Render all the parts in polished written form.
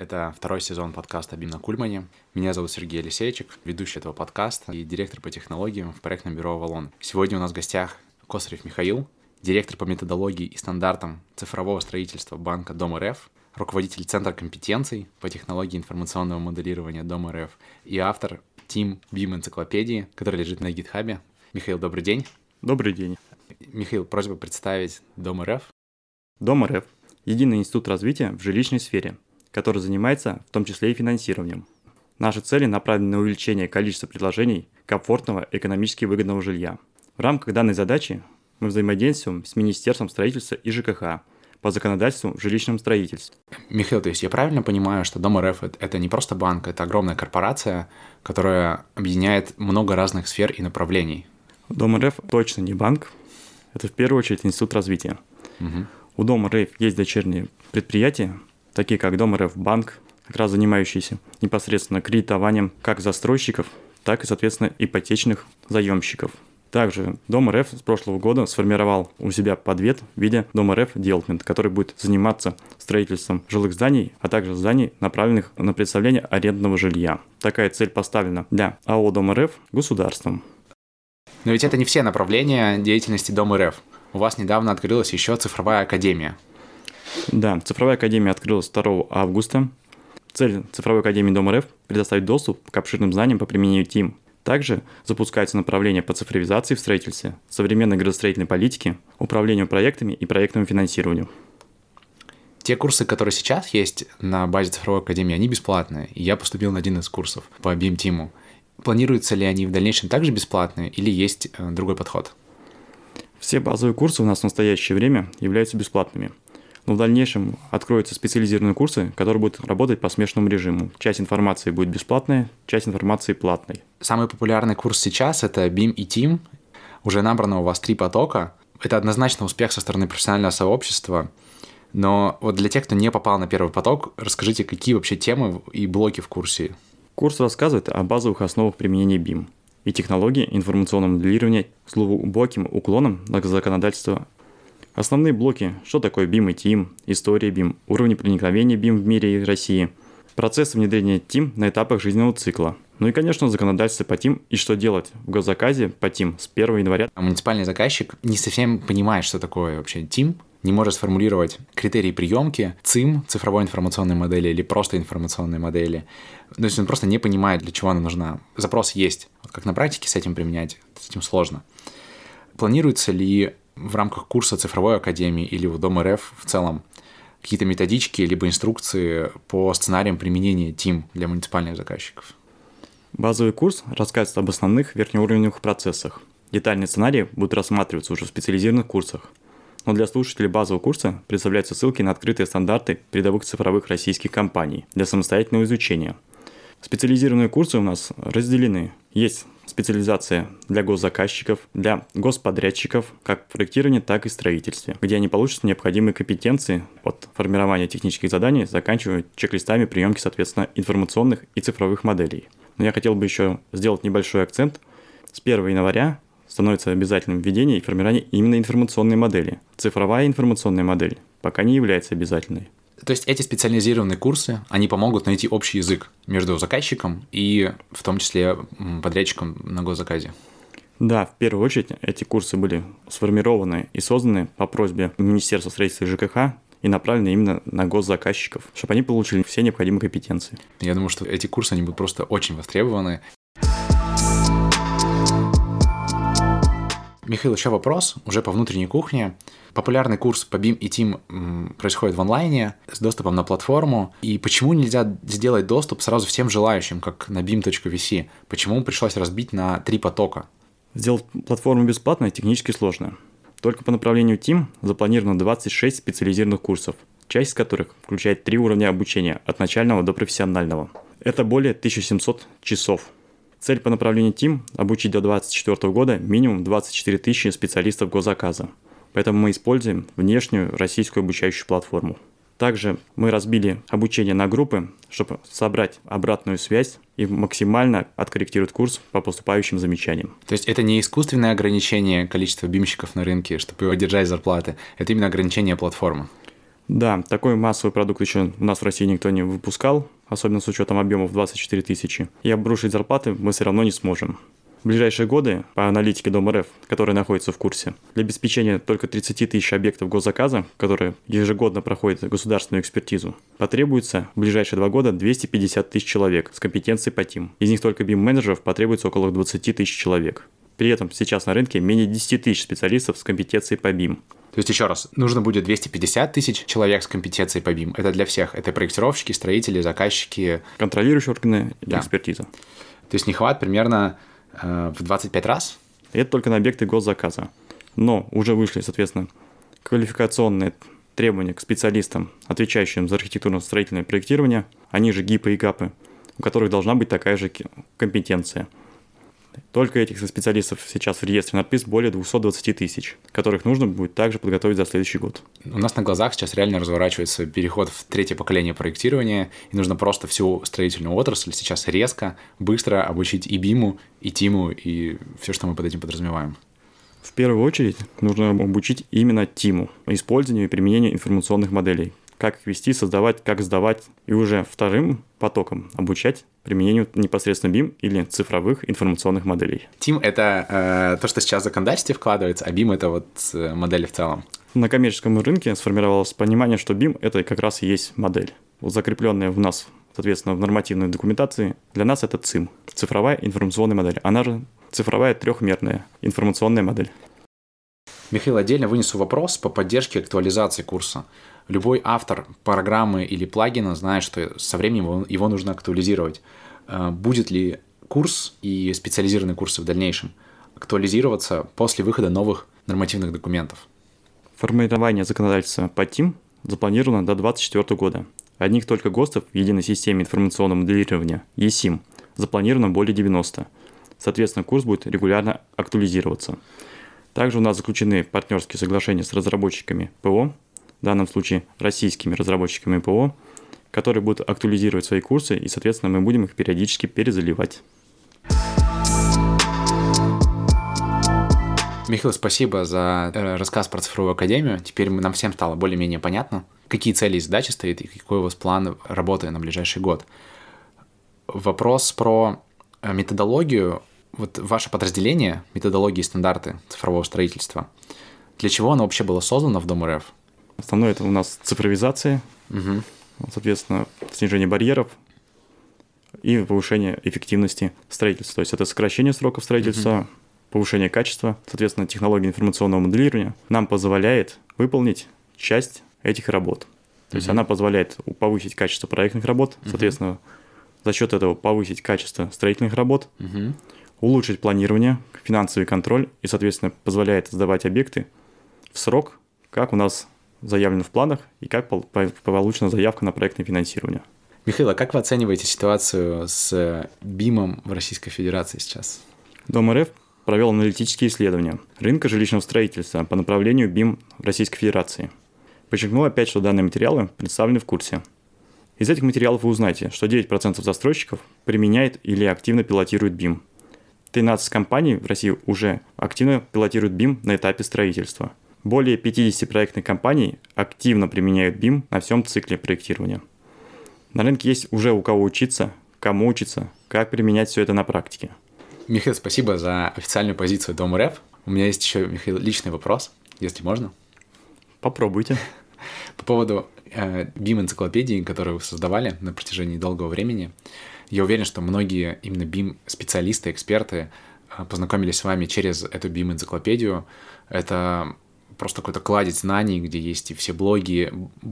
Это второй сезон подкаста «BIM на Кульмане». Меня зовут Сергей Алексеевичек, ведущий этого подкаста и директор по технологиям в проектном бюро «Авалон». Сегодня у нас в гостях Косарев Михаил, директор по методологии и стандартам цифрового строительства банка Дом РФ, руководитель Центра компетенций по технологии информационного моделирования Дом РФ и автор Team BIM энциклопедии, который лежит на GitHub. Михаил, добрый день. Добрый день. Михаил, просьба представить Дом РФ. Дом РФ – единый институт развития в жилищной сфере, который занимается в том числе и финансированием. Наши цели направлены на увеличение количества предложений комфортного и экономически выгодного жилья. В рамках данной задачи мы взаимодействуем с Министерством строительства и ЖКХ по законодательству в жилищном строительстве. Михаил, то есть я правильно понимаю, что Дом РФ – это не просто банк, это огромная корпорация, которая объединяет много разных сфер и направлений? Дом РФ точно не банк, это в первую очередь институт развития. Угу. У Дома РФ есть дочерние предприятия, такие как Дом РФ Банк, как раз занимающиеся непосредственно кредитованием как застройщиков, так и, соответственно, ипотечных заемщиков. Также Дом РФ с прошлого года сформировал у себя подвед в виде Дом РФ Девелопмент, который будет заниматься строительством жилых зданий, а также зданий, направленных на предоставление арендного жилья. Такая цель поставлена для АО Дом РФ государством. Но ведь это не все направления деятельности Дом РФ. У вас недавно открылась еще цифровая академия. Да, цифровая академия открылась 2 августа. Цель цифровой академии Дом РФ – предоставить доступ к обширным знаниям по применению ТИМ. Также запускается направление по цифровизации в строительстве, современной градостроительной политике, управлению проектами и проектному финансированию. Те курсы, которые сейчас есть на базе цифровой академии, они бесплатные. И я поступил на один из курсов по BIM-тиму. Планируются ли они в дальнейшем также бесплатные или есть другой подход? Все базовые курсы у нас в настоящее время являются бесплатными. Но в дальнейшем откроются специализированные курсы, которые будут работать по смешанному режиму. Часть информации будет бесплатной, часть информации платной. Самый популярный курс сейчас – это BIM и TIM. Уже набрано у вас 3 потока. Это однозначно успех со стороны профессионального сообщества. Но вот для тех, кто не попал на первый поток, расскажите, какие вообще темы и блоки в курсе? Курс рассказывает о базовых основах применения BIM и технологии информационного моделирования с глубоким уклоном на законодательство. Основные блоки – что такое BIM и TIM, история BIM, уровни проникновения BIM в мире и России, процесс внедрения TIM на этапах жизненного цикла. Ну и, конечно, законодательство по TIM и что делать в госзаказе по TIM с 1 января. Муниципальный заказчик не совсем понимает, что такое вообще TIM, не может сформулировать критерии приемки, ЦИМ, цифровой информационной модели или просто информационной модели. То есть он просто не понимает, для чего она нужна. Запрос есть. Вот как на практике с этим применять, с этим сложно. Планируется ли в рамках курса цифровой академии или у Дома РФ в целом какие-то методички либо инструкции по сценариям применения TIM для муниципальных заказчиков? Базовый курс рассказывает об основных верхнеуровневых процессах. Детальные сценарии будут рассматриваться уже в специализированных курсах. Но для слушателей базового курса представляются ссылки на открытые стандарты передовых цифровых российских компаний для самостоятельного изучения. Специализированные курсы у нас разделены. Есть специализация для госзаказчиков, для господрядчиков, как в проектировании, так и в строительстве, где они получат необходимые компетенции от формирования технических заданий, заканчивая чек-листами приемки, соответственно, информационных и цифровых моделей. Но я хотел бы еще сделать небольшой акцент. С 1 января становится обязательным введение и формирование именно информационной модели. Цифровая информационная модель пока не является обязательной. То есть эти специализированные курсы, они помогут найти общий язык между заказчиком и в том числе подрядчиком на госзаказе? Да, в первую очередь эти курсы были сформированы и созданы по просьбе Министерства строительства и ЖКХ и направлены именно на госзаказчиков, чтобы они получили все необходимые компетенции. Я думаю, что эти курсы, они будут просто очень востребованы. Михаил, еще вопрос, уже по внутренней кухне. Популярный курс по BIM и TIM происходит в онлайне с доступом на платформу. И почему нельзя сделать доступ сразу всем желающим, как на bim.vc? Почему пришлось разбить на 3 потока? Сделать платформу бесплатной технически сложно. Только по направлению TIM запланировано 26 специализированных курсов, часть из которых включает 3 уровня обучения от начального до профессионального. Это более 1700 часов. Цель по направлению TIM – обучить до 2024 года минимум 24 тысячи специалистов госзаказа. Поэтому мы используем внешнюю российскую обучающую платформу. Также мы разбили обучение на группы, чтобы собрать обратную связь и максимально откорректировать курс по поступающим замечаниям. То есть это не искусственное ограничение количества бимщиков на рынке, чтобы его держать зарплаты, это именно ограничение платформы? Да, такой массовый продукт еще у нас в России никто не выпускал, особенно с учетом объемов 24 тысячи. И обрушить зарплаты мы все равно не сможем. В ближайшие годы, по аналитике Дом.РФ, которая находится в курсе, для обеспечения только 30 тысяч объектов госзаказа, которые ежегодно проходят государственную экспертизу, потребуется в ближайшие 2 года 250 тысяч человек с компетенцией по ТИМ. Из них только BIM-менеджеров потребуется около 20 тысяч человек. При этом сейчас на рынке менее 10 тысяч специалистов с компетенцией по BIM. То есть, еще раз, нужно будет 250 тысяч человек с компетенцией по BIM. Это для всех. Это проектировщики, строители, заказчики. Контролирующие органы и Да. экспертиза. То есть, нехват примерно в 25 раз? Это только на объекты госзаказа. Но уже вышли, соответственно, квалификационные требования к специалистам, отвечающим за архитектурно-строительное проектирование, они же ГИПы и ГАПы, у которых должна быть такая же компетенция. Только этих специалистов сейчас в реестре надпис более 220 тысяч, которых нужно будет также подготовить за следующий год. У нас на глазах сейчас реально разворачивается переход в третье поколение проектирования, и нужно просто всю строительную отрасль сейчас резко, быстро обучить и БИМу, и ТИМу, и все, что мы под этим подразумеваем. В первую очередь нужно обучить именно ТИМу, использованию и применению информационных моделей. Как их вести, создавать, как сдавать. И уже вторым потоком обучать применению непосредственно BIM или цифровых информационных моделей. ТИМ — это то, что сейчас в законодательстве вкладывается, а BIM — это вот модели в целом. На коммерческом рынке сформировалось понимание, что BIM – это как раз и есть модель. Вот закрепленная у нас, соответственно, в нормативной документации, для нас это ЦИМ – цифровая информационная модель. Она же цифровая трехмерная информационная модель. Михаил, отдельно вынесу вопрос по поддержке актуализации курса. Любой автор программы или плагина знает, что со временем его нужно актуализировать. Будет ли курс и специализированные курсы в дальнейшем актуализироваться после выхода новых нормативных документов? Формирование законодательства по ТИМ запланировано до 2024 года. Одних только ГОСТов в единой системе информационного моделирования ЕСИМ запланировано более 90. Соответственно, курс будет регулярно актуализироваться. Также у нас заключены партнерские соглашения с разработчиками ПО, в данном случае российскими разработчиками ПО, которые будут актуализировать свои курсы, и, соответственно, мы будем их периодически перезаливать. Михаил, спасибо за рассказ про цифровую академию. Теперь нам всем стало более-менее понятно, какие цели и задачи стоят, и какой у вас план работы на ближайший год. Вопрос про методологию. Вот ваше подразделение, методологии и стандарты цифрового строительства, для чего оно вообще было создано в Дом.РФ? Основное это у нас цифровизация, соответственно, снижение барьеров и повышение эффективности строительства. То есть это сокращение сроков строительства, повышение качества, соответственно, технология информационного моделирования нам позволяет выполнить часть этих работ. То есть она позволяет повысить качество проектных работ, соответственно, за счет этого повысить качество строительных работ, улучшить планирование, финансовый контроль и, соответственно, позволяет сдавать объекты в срок, как у нас заявлено в планах и как получена заявка на проектное финансирование. Михаил, а как вы оцениваете ситуацию с БИМом в Российской Федерации сейчас? Дом.РФ провел аналитические исследования рынка жилищного строительства по направлению БИМ в Российской Федерации. Подчеркну опять, что данные материалы представлены в курсе. Из этих материалов вы узнаете, что 9% застройщиков применяет или активно пилотирует БИМ. 13 компаний в России уже активно пилотируют БИМ на этапе строительства. Более 50 проектных компаний активно применяют БИМ на всем цикле проектирования. На рынке есть уже у кого учиться, кому учиться, как применять все это на практике. Михаил, спасибо за официальную позицию Дом.РФ. У меня есть еще, Михаил, личный вопрос, если можно. Попробуйте. По поводу BIM-энциклопедии, которую вы создавали на протяжении долгого времени. Я уверен, что многие именно BIM-специалисты, эксперты познакомились с вами через эту BIM-энциклопедию. Это просто какой-то кладезь знаний, где есть и все блоги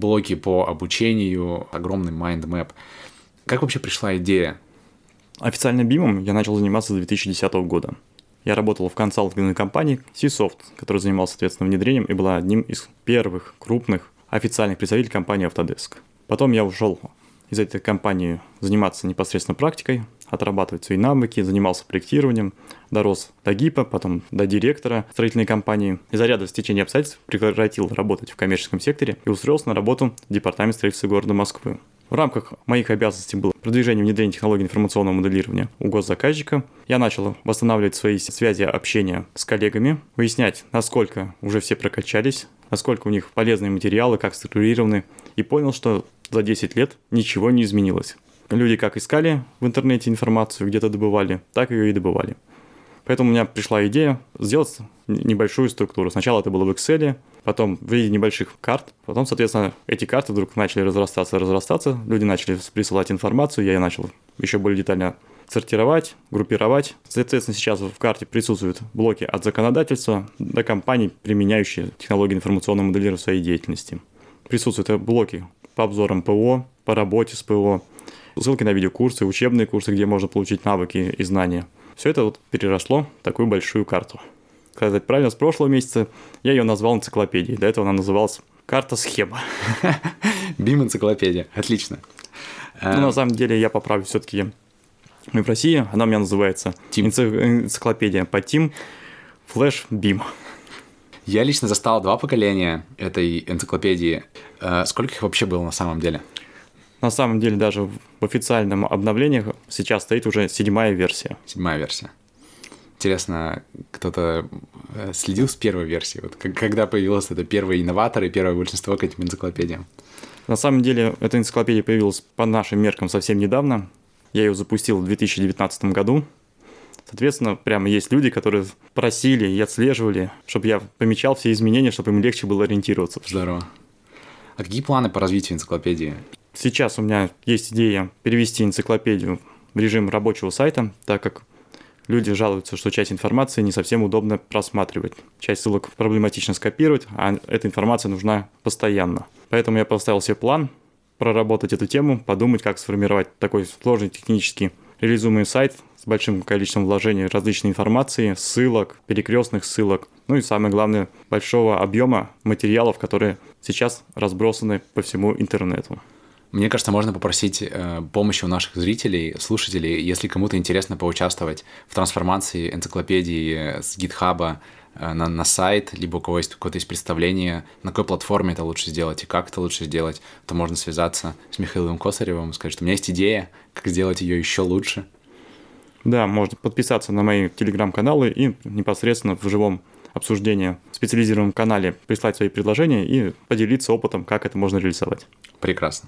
по обучению, огромный майндмэп. Как вообще пришла идея? Официально BIM я начал заниматься с 2010 года. Я работал в консалтинговой компании C-Soft, которая занималась, соответственно, внедрением и была одним из первых крупных официальных представителей компании Autodesk. Потом я ушел из этой компании заниматься непосредственно практикой, отрабатывать свои навыки, занимался проектированием, дорос до ГИПа, потом до директора строительной компании. Из-за ряда стечения обстоятельств прекратил работать в коммерческом секторе и устроился на работу в департамент строительства города Москвы. В рамках моих обязанностей было продвижение внедрения технологий информационного моделирования у госзаказчика. Я начал восстанавливать свои связи общения с коллегами, выяснять, насколько уже все прокачались, насколько у них полезные материалы, как структурированы, и понял, что за 10 лет ничего не изменилось. Люди как искали в интернете информацию, где-то добывали, так ее и добывали. Поэтому у меня пришла идея сделать небольшую структуру. Сначала это было в Excel, потом в виде небольших карт, потом, соответственно, эти карты вдруг начали разрастаться, люди начали присылать информацию, я ее начал еще более детально сортировать, группировать. Соответственно, сейчас в карте присутствуют блоки от законодательства до компаний, применяющие технологии информационного моделирования в своей деятельности. Присутствуют блоки по обзорам ПО, по работе с ПО, ссылки на видеокурсы, учебные курсы, где можно получить навыки и знания. Все это вот переросло в такую большую карту. Сказать правильно, с прошлого месяца я ее назвал энциклопедией. До этого она называлась карта-схема. BIM-энциклопедия. Отлично. Но на самом деле я поправлю все-таки. Мы в России, она у меня называется энциклопедия по TIM Flash BIM. Я лично застал 2 поколения этой энциклопедии. Сколько их вообще было на самом деле? На самом деле даже в официальном обновлении сейчас стоит уже 7-я версия. 7-я версия. Интересно, кто-то следил с первой версии? Вот когда появилось это первые инноваторы, первое большинство к этим энциклопедиям? На самом деле эта энциклопедия появилась по нашим меркам совсем недавно. Я ее запустил в 2019 году. Соответственно, прямо есть люди, которые просили и отслеживали, чтобы я помечал все изменения, чтобы им легче было ориентироваться. Здорово. А какие планы по развитию энциклопедии? Сейчас у меня есть идея перевести энциклопедию в режим рабочего сайта, так как люди жалуются, что часть информации не совсем удобно просматривать. Часть ссылок проблематично скопировать, а эта информация нужна постоянно. Поэтому я поставил себе план проработать эту тему, подумать, как сформировать такой сложный технически реализуемый сайт с большим количеством вложений различной информации, ссылок, перекрестных ссылок, ну и самое главное, большого объема материалов, которые сейчас разбросаны по всему интернету. Мне кажется, можно попросить помощи у наших зрителей, слушателей, если кому-то интересно поучаствовать в трансформации энциклопедии с GitHub на сайт, либо у кого есть какое-то есть представление, на какой платформе это лучше сделать и как это лучше сделать, то можно связаться с Михаилом Косаревым и сказать, что у меня есть идея, как сделать ее еще лучше. Да, можно подписаться на мои телеграм-каналы и непосредственно в живом обсуждении в специализированном канале прислать свои предложения и поделиться опытом, как это можно реализовать. Прекрасно.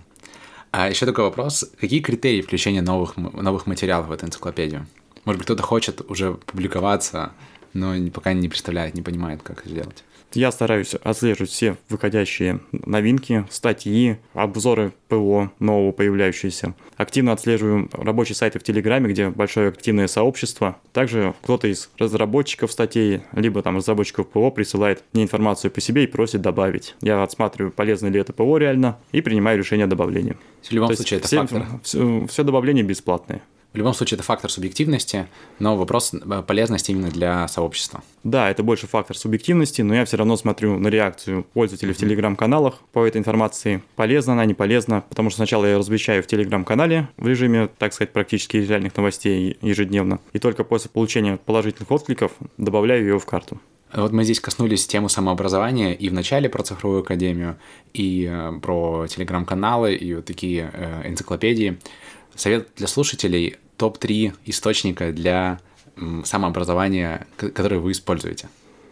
А еще такой вопрос. Какие критерии включения новых материалов в эту энциклопедию? Может быть, кто-то хочет уже публиковаться, но пока не представляет, не понимает, как это сделать. Я стараюсь отслеживать все выходящие новинки, статьи, обзоры ПО нового появляющиеся. Активно отслеживаю рабочие сайты в Телеграме, где большое активное сообщество. Также кто-то из разработчиков статей, либо там разработчиков ПО присылает мне информацию по себе и просит добавить. Я отсматриваю, полезно ли это ПО реально, и принимаю решение о добавлении. В любом случае, это фактор. Все добавления бесплатные. В любом случае, это фактор субъективности, но вопрос полезности именно для сообщества. Да, это больше фактор субъективности, но я все равно смотрю на реакцию пользователей в телеграм-каналах по этой информации. Полезна она, не полезна, потому что сначала я размещаю в телеграм-канале в режиме, так сказать, практически реальных новостей ежедневно, и только после получения положительных откликов добавляю ее в карту. Вот мы здесь коснулись темы самообразования и в начале про цифровую академию, и про телеграм-каналы, и вот такие энциклопедии. Совет для слушателей – топ-3 источника для самообразования, которые вы используете.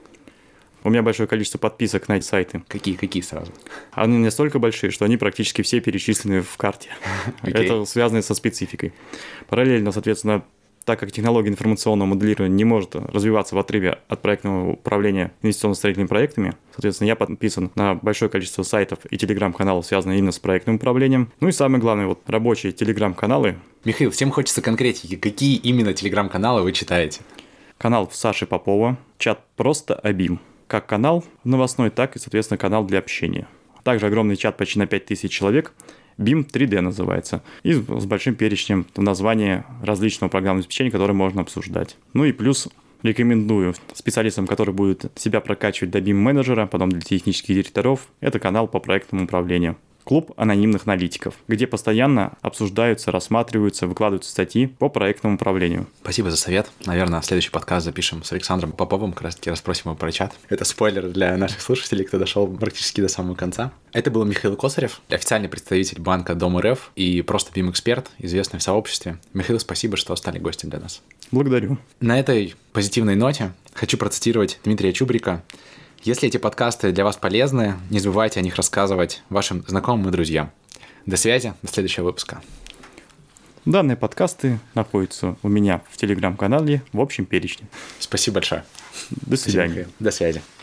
У меня большое количество подписок на эти сайты. Какие сразу? Они настолько большие, что они практически все перечислены в карте. Это связано со спецификой. Параллельно, соответственно, так как технология информационного моделирования не может развиваться в отрыве от проектного управления инвестиционно-строительными проектами, соответственно, я подписан на большое количество сайтов и телеграм-каналов, связанных именно с проектным управлением. Ну и самое главное, вот рабочие телеграм-каналы. Михаил, всем хочется конкретики. Какие именно телеграм-каналы вы читаете? Канал Саши Попова, чат «Просто о BIM». Как канал новостной, так и, соответственно, канал для общения. Также огромный чат почти на 5000 человек. BIM 3D называется, и с большим перечнем названий различного программного обеспечения, которые можно обсуждать. Ну и плюс рекомендую специалистам, которые будут себя прокачивать до BIM-менеджера, потом для технических директоров, это канал по проектному управлению. Клуб анонимных аналитиков, где постоянно обсуждаются, рассматриваются, выкладываются статьи по проектному управлению. Спасибо за совет. Наверное, следующий подкаст запишем с Александром Поповым, как раз таки расспросим его про чат. Это спойлер для наших слушателей, кто дошел практически до самого конца. Это был Михаил Косарев, официальный представитель банка Дом РФ и просто BIM-эксперт, известный в сообществе. Михаил, спасибо, что стали гостем для нас. Благодарю. На этой позитивной ноте хочу процитировать Дмитрия Чубрика. Если эти подкасты для вас полезны, не забывайте о них рассказывать вашим знакомым и друзьям. До связи, до следующего выпуска. Данные подкасты находятся у меня в телеграм-канале в общем перечне. Спасибо большое. До свидания. До связи.